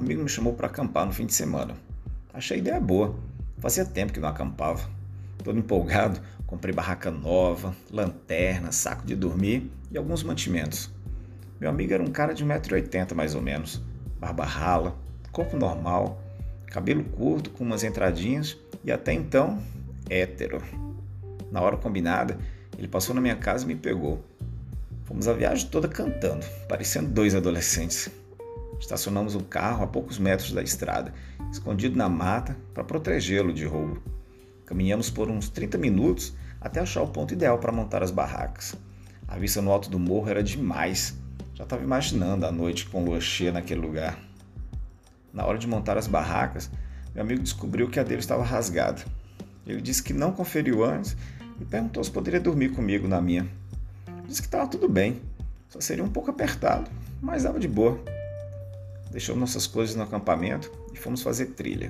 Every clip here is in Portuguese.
amigo me chamou para acampar no fim de semana. Achei a ideia boa. Fazia tempo que não acampava. Todo empolgado, comprei barraca nova, lanterna, saco de dormir e alguns mantimentos. Meu amigo era um cara de 1,80 m mais ou menos, barba rala, corpo normal, cabelo curto com umas entradinhas e até então, hétero. Na hora combinada, ele passou na minha casa e me pegou. Fomos a viagem toda cantando, parecendo dois adolescentes. Estacionamos o carro a poucos metros da estrada, escondido na mata para protegê-lo de roubo. Caminhamos por uns 30 minutos até achar o ponto ideal para montar as barracas. A vista no alto do morro era demais. Já estava imaginando a noite com lua cheia naquele lugar. Na hora de montar as barracas, meu amigo descobriu que a dele estava rasgada. Ele disse que não conferiu antes e perguntou se poderia dormir comigo na minha. Disse que estava tudo bem, só seria um pouco apertado, mas estava de boa. Deixamos nossas coisas no acampamento e fomos fazer trilha.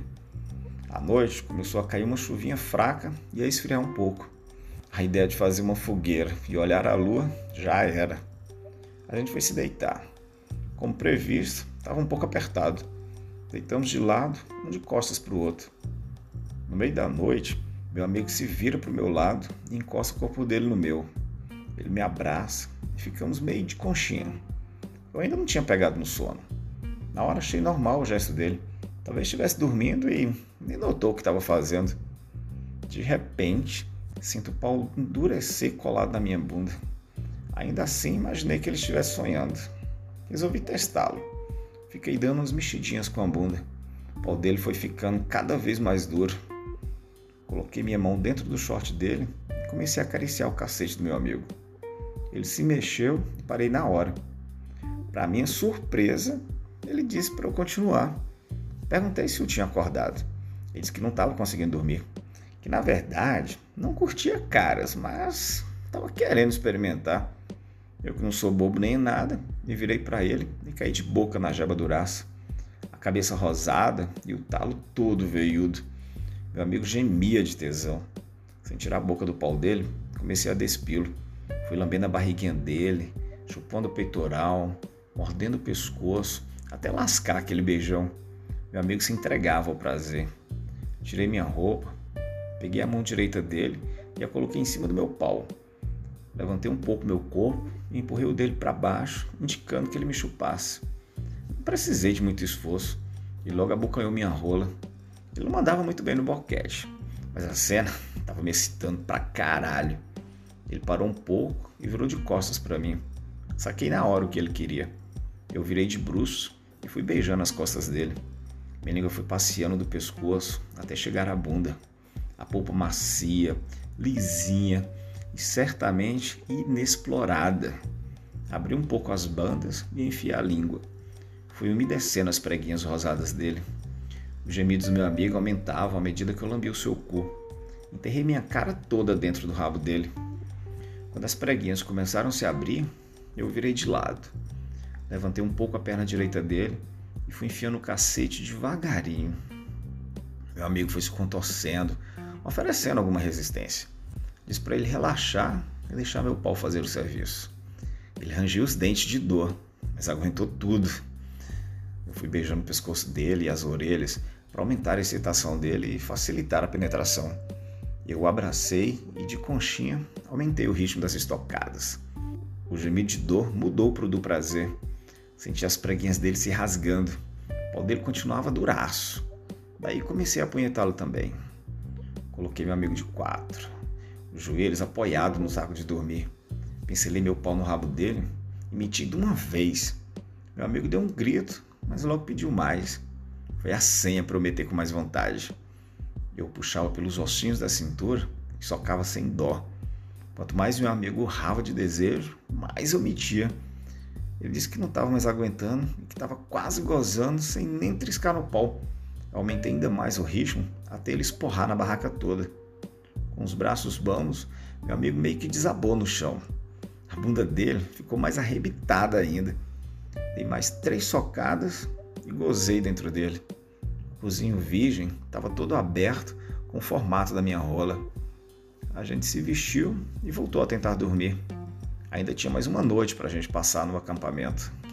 À noite começou a cair uma chuvinha fraca e a esfriar um pouco. A ideia de fazer uma fogueira e olhar a lua já era. A gente foi se deitar. Como previsto, estava um pouco apertado. Deitamos de lado, um de costas para o outro. No meio da noite, meu amigo se vira para o meu lado e encosta o corpo dele no meu. Ele me abraça e ficamos meio de conchinha. Eu ainda não tinha pegado no sono. Na hora achei normal o gesto dele. Talvez estivesse dormindo e nem notou o que estava fazendo. De repente, sinto o pau endurecer colado na minha bunda. Ainda assim, imaginei que ele estivesse sonhando. Resolvi testá-lo. Fiquei dando umas mexidinhas com a bunda. O pau dele foi ficando cada vez mais duro. Coloquei minha mão dentro do short dele e comecei a acariciar o cacete do meu amigo. Ele se mexeu e parei na hora. Para minha surpresa, ele disse para eu continuar. Perguntei se eu tinha acordado. Ele disse que não estava conseguindo dormir. Que na verdade não curtia caras, mas estava querendo experimentar. Eu que não sou bobo nem nada, me virei para ele e caí de boca na jeba duraça. A cabeça rosada e o talo todo veiudo. Meu amigo gemia de tesão. Sem tirar a boca do pau dele, comecei a despí-lo. Fui lambendo a barriguinha dele, chupando o peitoral, mordendo o pescoço, até lascar aquele beijão. Meu amigo se entregava ao prazer. Tirei minha roupa, peguei a mão direita dele e a coloquei em cima do meu pau. Levantei um pouco meu corpo e empurrei o dele para baixo, indicando que ele me chupasse. Não precisei de muito esforço e logo abocanhou minha rola. Ele não mandava muito bem no boquete, mas a cena estava me excitando pra caralho. Ele parou um pouco e virou de costas para mim. Saquei na hora o que ele queria. Eu virei de bruços e fui beijando as costas dele. Minha língua foi passeando do pescoço até chegar à bunda. A polpa macia, lisinha e certamente inexplorada. Abri um pouco as bandas e enfiei a língua. Fui umedecendo as preguinhas rosadas dele. Os gemidos do meu amigo aumentavam à medida que eu lambia o seu cu. Enterrei minha cara toda dentro do rabo dele. Quando as preguinhas começaram a se abrir, eu virei de lado. Levantei um pouco a perna direita dele e fui enfiando o cacete devagarinho. Meu amigo foi se contorcendo, oferecendo alguma resistência. Disse para ele relaxar e deixar meu pau fazer o serviço. Ele rangiu os dentes de dor, mas aguentou tudo. Eu fui beijando o pescoço dele e as orelhas para aumentar a excitação dele e facilitar a penetração. Eu o abracei e de conchinha aumentei o ritmo das estocadas. O gemido de dor mudou para o do prazer. Senti as preguinhas dele se rasgando. O pau dele continuava duraço. Daí comecei a apunhetá-lo também. Coloquei meu amigo de quatro, os joelhos apoiados no saco de dormir. Pincelei meu pau no rabo dele e meti de uma vez. Meu amigo deu um grito, mas logo pediu mais. Foi a senha para eu meter com mais vontade. Eu puxava pelos ossinhos da cintura e socava sem dó. Quanto mais meu amigo urrava de desejo, mais eu metia. Ele disse que não estava mais aguentando e que estava quase gozando sem nem triscar no pau. Eu aumentei ainda mais o ritmo até ele esporrar na barraca toda. Com os braços bambos, meu amigo meio que desabou no chão. A bunda dele ficou mais arrebitada ainda. Dei mais 3 socadas e gozei dentro dele. O cozinho virgem estava todo aberto com o formato da minha rola. A gente se vestiu e voltou a tentar dormir. Ainda tinha mais uma noite para a gente passar no acampamento.